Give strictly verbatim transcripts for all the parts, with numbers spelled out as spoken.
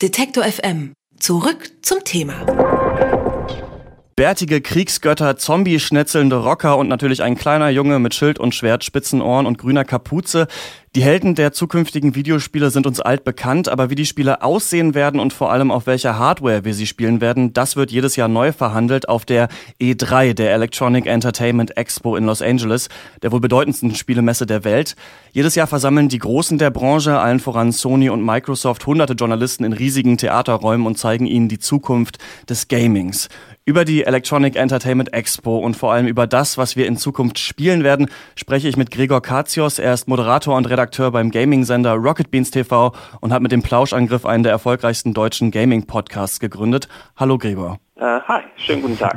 Detektor F M. Zurück zum Thema. Bärtige Kriegsgötter, Zombie-schnetzelnde Rocker und natürlich ein kleiner Junge mit Schild und Schwert, spitzen Ohren und grüner Kapuze. Die Helden der zukünftigen Videospiele sind uns altbekannt, aber wie die Spiele aussehen werden und vor allem auf welcher Hardware wir sie spielen werden, das wird jedes Jahr neu verhandelt auf der E drei, der Electronic Entertainment Expo in Los Angeles, der wohl bedeutendsten Spielemesse der Welt. Jedes Jahr versammeln die Großen der Branche, allen voran Sony und Microsoft, hunderte Journalisten in riesigen Theaterräumen und zeigen ihnen die Zukunft des Gamings. Über die Electronic Entertainment Expo und vor allem über das, was wir in Zukunft spielen werden, spreche ich mit Gregor Katsios. Er ist Moderator und Redakteur beim Gaming-Sender Rocket Beans T V und hat mit dem Plauschangriff einen der erfolgreichsten deutschen Gaming-Podcasts gegründet. Hallo Gregor. Uh, hi, schönen guten Tag.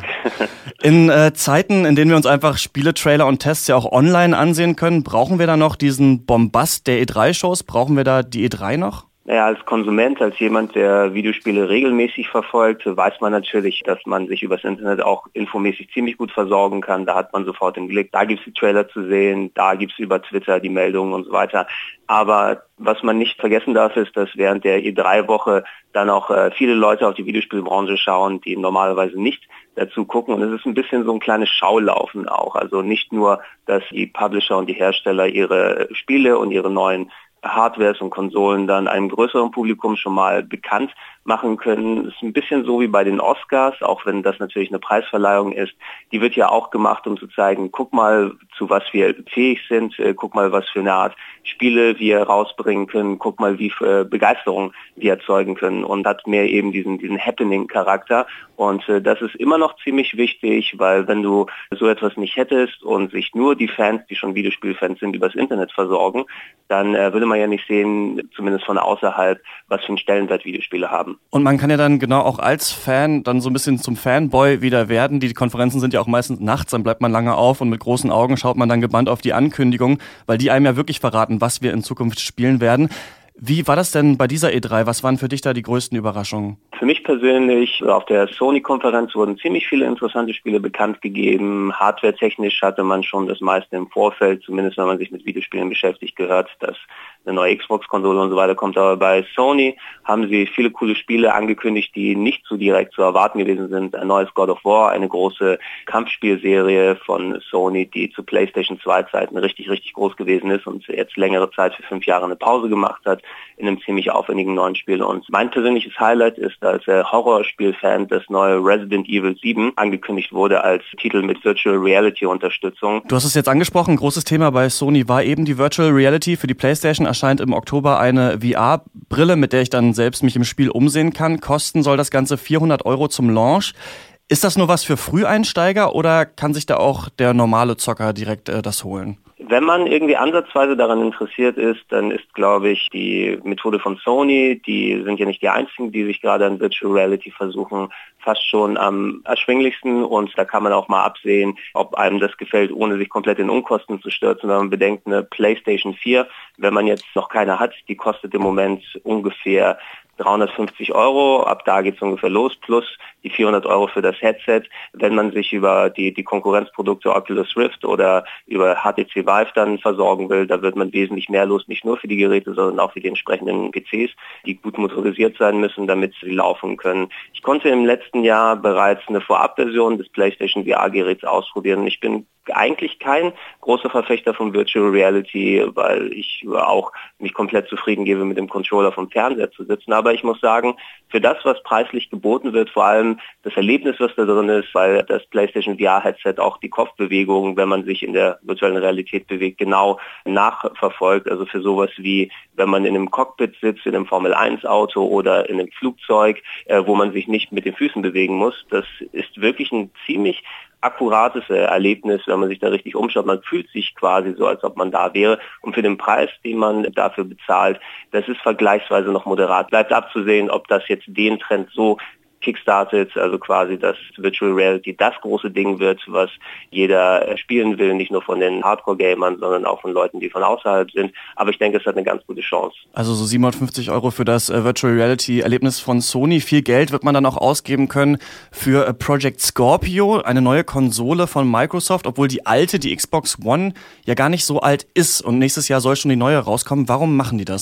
In äh, Zeiten, in denen wir uns einfach Spiele, Trailer und Tests ja auch online ansehen können, brauchen wir da noch diesen Bombast der E drei Shows? Brauchen wir da die E drei noch? Naja, als Konsument, als jemand, der Videospiele regelmäßig verfolgt, weiß man natürlich, dass man sich übers Internet auch infomäßig ziemlich gut versorgen kann. Da hat man sofort den Blick. Da gibt's die Trailer zu sehen, da gibt's über Twitter die Meldungen und so weiter. Aber was man nicht vergessen darf, ist, dass während der E drei Woche dann auch äh, viele Leute auf die Videospielbranche schauen, die normalerweise nicht dazu gucken. Und es ist ein bisschen so ein kleines Schaulaufen auch. Also nicht nur, dass die Publisher und die Hersteller ihre Spiele und ihre neuen Hardwares und Konsolen dann einem größeren Publikum schon mal bekannt machen können. Das ist ein bisschen so wie bei den Oscars, auch wenn das natürlich eine Preisverleihung ist. Die wird ja auch gemacht, um zu zeigen, guck mal, zu was wir fähig sind, guck mal, was für eine Art Spiele wir rausbringen können, guck mal, wie viel Begeisterung wir erzeugen können, und hat mehr eben diesen, diesen Happening-Charakter. Und äh, das ist immer noch ziemlich wichtig, weil wenn du so etwas nicht hättest und sich nur die Fans, die schon Videospielfans sind, übers Internet versorgen, dann äh, würde man ja nicht sehen, zumindest von außerhalb, was für einen Stellenwert Videospiele haben. Und man kann ja dann genau auch als Fan dann so ein bisschen zum Fanboy wieder werden. Die Konferenzen sind ja auch meistens nachts, dann bleibt man lange auf und mit großen Augen schaut man dann gebannt auf die Ankündigung, weil die einem ja wirklich verraten, was wir in Zukunft spielen werden. Wie war das denn bei dieser E drei? Was waren für dich da die größten Überraschungen? Für mich persönlich, auf der Sony-Konferenz wurden ziemlich viele interessante Spiele bekannt gegeben. Hardware-technisch hatte man schon das meiste im Vorfeld, zumindest wenn man sich mit Videospielen beschäftigt, gehört, dass eine neue Xbox-Konsole und so weiter kommt. Aber bei Sony haben sie viele coole Spiele angekündigt, die nicht so direkt zu erwarten gewesen sind. Ein neues God of War, eine große Kampfspielserie von Sony, die zu PlayStation zwei Zeiten richtig, richtig groß gewesen ist und jetzt längere Zeit für fünf Jahre eine Pause gemacht hat in einem ziemlich aufwendigen neuen Spiel. Und mein persönliches Highlight ist, als äh, Horrorspiel-Fan das neue Resident Evil sieben angekündigt wurde als Titel mit Virtual Reality Unterstützung. Du hast es jetzt angesprochen, ein großes Thema bei Sony war eben die Virtual Reality. Für die PlayStation erscheint im Oktober eine V R-Brille, mit der ich dann selbst mich im Spiel umsehen kann. Kosten soll das Ganze vierhundert Euro zum Launch. Ist das nur was für Früheinsteiger oder kann sich da auch der normale Zocker direkt äh, das holen? Wenn man irgendwie ansatzweise daran interessiert ist, dann ist, glaube ich, die Methode von Sony, die sind ja nicht die einzigen, die sich gerade an Virtual Reality versuchen, fast schon am erschwinglichsten, und da kann man auch mal absehen, ob einem das gefällt, ohne sich komplett in Unkosten zu stürzen. Wenn man bedenkt, eine PlayStation vier, wenn man jetzt noch keine hat, die kostet im Moment ungefähr dreihundertfünfzig Euro, ab da geht's ungefähr los, plus die vierhundert Euro für das Headset. Wenn man sich über die, die Konkurrenzprodukte Oculus Rift oder über H T C Vive dann versorgen will, da wird man wesentlich mehr los, nicht nur für die Geräte, sondern auch für die entsprechenden P Cs, die gut motorisiert sein müssen, damit sie laufen können. Ich konnte im letzten Jahr bereits eine Vorabversion des PlayStation V R-Geräts ausprobieren. Ich bin eigentlich kein großer Verfechter von Virtual Reality, weil ich auch mich komplett zufrieden gebe, mit dem Controller vom Fernseher zu sitzen. Aber ich muss sagen, für das, was preislich geboten wird, vor allem das Erlebnis, was da drin ist, weil das PlayStation V R-Headset auch die Kopfbewegungen, wenn man sich in der virtuellen Realität bewegt, genau nachverfolgt. Also für sowas wie, wenn man in einem Cockpit sitzt, in einem Formel eins Auto oder in einem Flugzeug, äh, wo man sich nicht mit den Füßen bewegen muss. Das ist wirklich ein ziemlich akkurates Erlebnis, wenn man sich da richtig umschaut. Man fühlt sich quasi so, als ob man da wäre. Und für den Preis, den man dafür bezahlt, das ist vergleichsweise noch moderat. Bleibt abzusehen, ob das jetzt den Trend so kickstartet, also quasi, dass Virtual Reality das große Ding wird, was jeder spielen will, nicht nur von den Hardcore-Gamern, sondern auch von Leuten, die von außerhalb sind. Aber ich denke, es hat eine ganz gute Chance. Also so siebenhundertfünfzig Euro für das äh, Virtual Reality-Erlebnis von Sony. Viel Geld wird man dann auch ausgeben können für äh, Project Scorpio, eine neue Konsole von Microsoft, obwohl die alte, die Xbox One, ja gar nicht so alt ist und nächstes Jahr soll schon die neue rauskommen. Warum machen die das?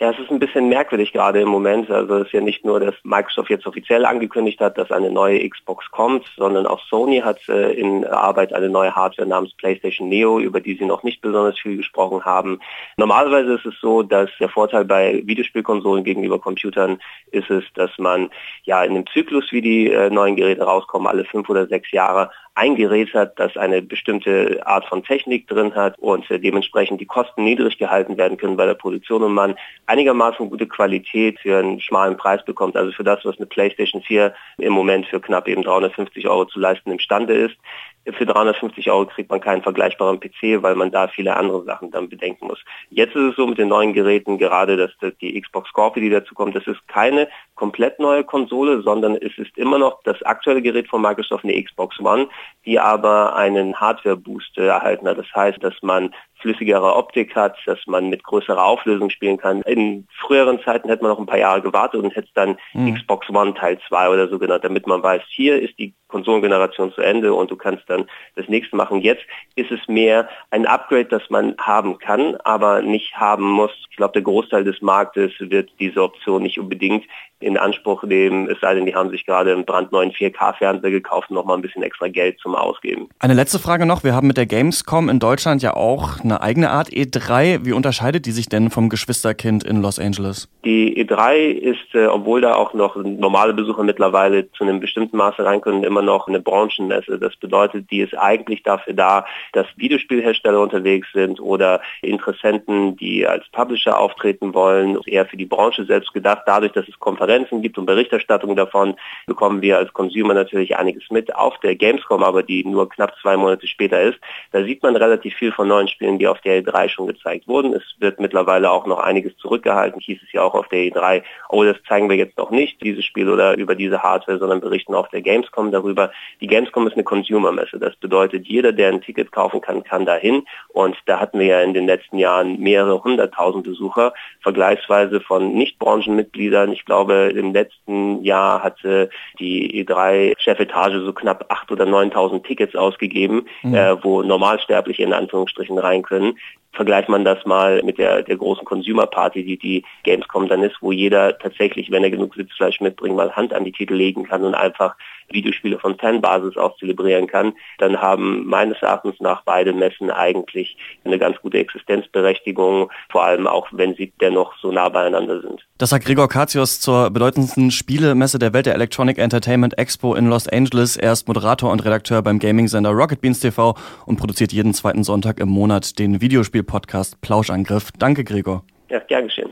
Ja, es ist ein bisschen merkwürdig gerade im Moment. Also es ist ja nicht nur, dass Microsoft jetzt offiziell angekündigt hat, dass eine neue Xbox kommt, sondern auch Sony hat äh, in Arbeit eine neue Hardware namens PlayStation Neo, über die sie noch nicht besonders viel gesprochen haben. Normalerweise ist es so, dass der Vorteil bei Videospielkonsolen gegenüber Computern ist es, dass man ja in dem Zyklus, wie die äh, neuen Geräte rauskommen, alle fünf oder sechs Jahre ein Gerät hat, das eine bestimmte Art von Technik drin hat und äh, dementsprechend die Kosten niedrig gehalten werden können bei der Produktion und man einigermaßen gute Qualität für einen schmalen Preis bekommt. Also für das, was eine PlayStation vier im Moment für knapp eben dreihundertfünfzig Euro zu leisten imstande ist. Für dreihundertfünfzig Euro kriegt man keinen vergleichbaren P C, weil man da viele andere Sachen dann bedenken muss. Jetzt ist es so mit den neuen Geräten, gerade dass die Xbox Scorpio, die dazu kommt, das ist keine komplett neue Konsole, sondern es ist immer noch das aktuelle Gerät von Microsoft, eine Xbox One, die aber einen Hardware-Boost erhalten hat. Das heißt, dass man flüssigere Optik hat, dass man mit größerer Auflösung spielen kann. In früheren Zeiten hätte man noch ein paar Jahre gewartet und hätte es dann mhm. Xbox One Teil zwei oder so genannt, damit man weiß, hier ist die Konsolengeneration zu Ende und du kannst dann das nächste machen. Jetzt ist es mehr ein Upgrade, das man haben kann, aber nicht haben muss. Ich glaube, der Großteil des Marktes wird diese Option nicht unbedingt in Anspruch nehmen, es sei denn, die haben sich gerade einen brandneuen vier K Fernseher gekauft und noch mal ein bisschen extra Geld zum Ausgeben. Eine letzte Frage noch. Wir haben mit der Gamescom in Deutschland ja auch eine eigene Art E drei. Wie unterscheidet die sich denn vom Geschwisterkind in Los Angeles? Die E drei ist, äh, obwohl da auch noch normale Besucher mittlerweile zu einem bestimmten Maße rein können, immer noch eine Branchenmesse. Das bedeutet, die ist eigentlich dafür da, dass Videospielhersteller unterwegs sind oder Interessenten, die als Publisher auftreten wollen, eher für die Branche selbst gedacht. Dadurch, dass es Konferenzen gibt und Berichterstattung davon, bekommen wir als Consumer natürlich einiges mit. Auf der Gamescom aber, die nur knapp zwei Monate später ist, da sieht man relativ viel von neuen Spielen, die auf der E drei schon gezeigt wurden. Es wird mittlerweile auch noch einiges zurückgehalten. Hieß es ja auch auf der E drei, oh, das zeigen wir jetzt noch nicht, dieses Spiel oder über diese Hardware, sondern berichten auf der Gamescom darüber. Die Gamescom ist eine Consumer-Messe. Das bedeutet, jeder, der ein Ticket kaufen kann, kann dahin. Und da hatten wir ja in den letzten Jahren mehrere hunderttausend Besucher, vergleichsweise von Nicht-Branchenmitgliedern. Ich glaube, im letzten Jahr hatte die E drei Chefetage so knapp achttausend oder neuntausend Tickets ausgegeben, mhm. äh, wo Normalsterbliche in Anführungsstrichen rein können. Vergleicht man das mal mit der, der großen Consumer-Party, die die Gamescom dann ist, wo jeder tatsächlich, wenn er genug Sitzfleisch mitbringt, mal Hand an die Titel legen kann und einfach Videospiele von Fanbasis aus zelebrieren kann, dann haben meines Erachtens nach beide Messen eigentlich eine ganz gute Existenzberechtigung, vor allem auch, wenn sie dennoch so nah beieinander sind. Das sagt Gregor Katios zur bedeutendsten Spielemesse der Welt, der Electronic Entertainment Expo in Los Angeles. Er ist Moderator und Redakteur beim Gaming-Sender Rocket Beans T V und produziert jeden zweiten Sonntag im Monat den Videospiel-Podcast Plauschangriff. Danke, Gregor. Ja, gern geschehen.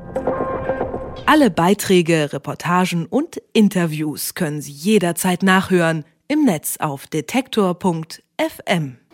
Alle Beiträge, Reportagen und Interviews können Sie jederzeit nachhören im Netz auf detektor punkt f m.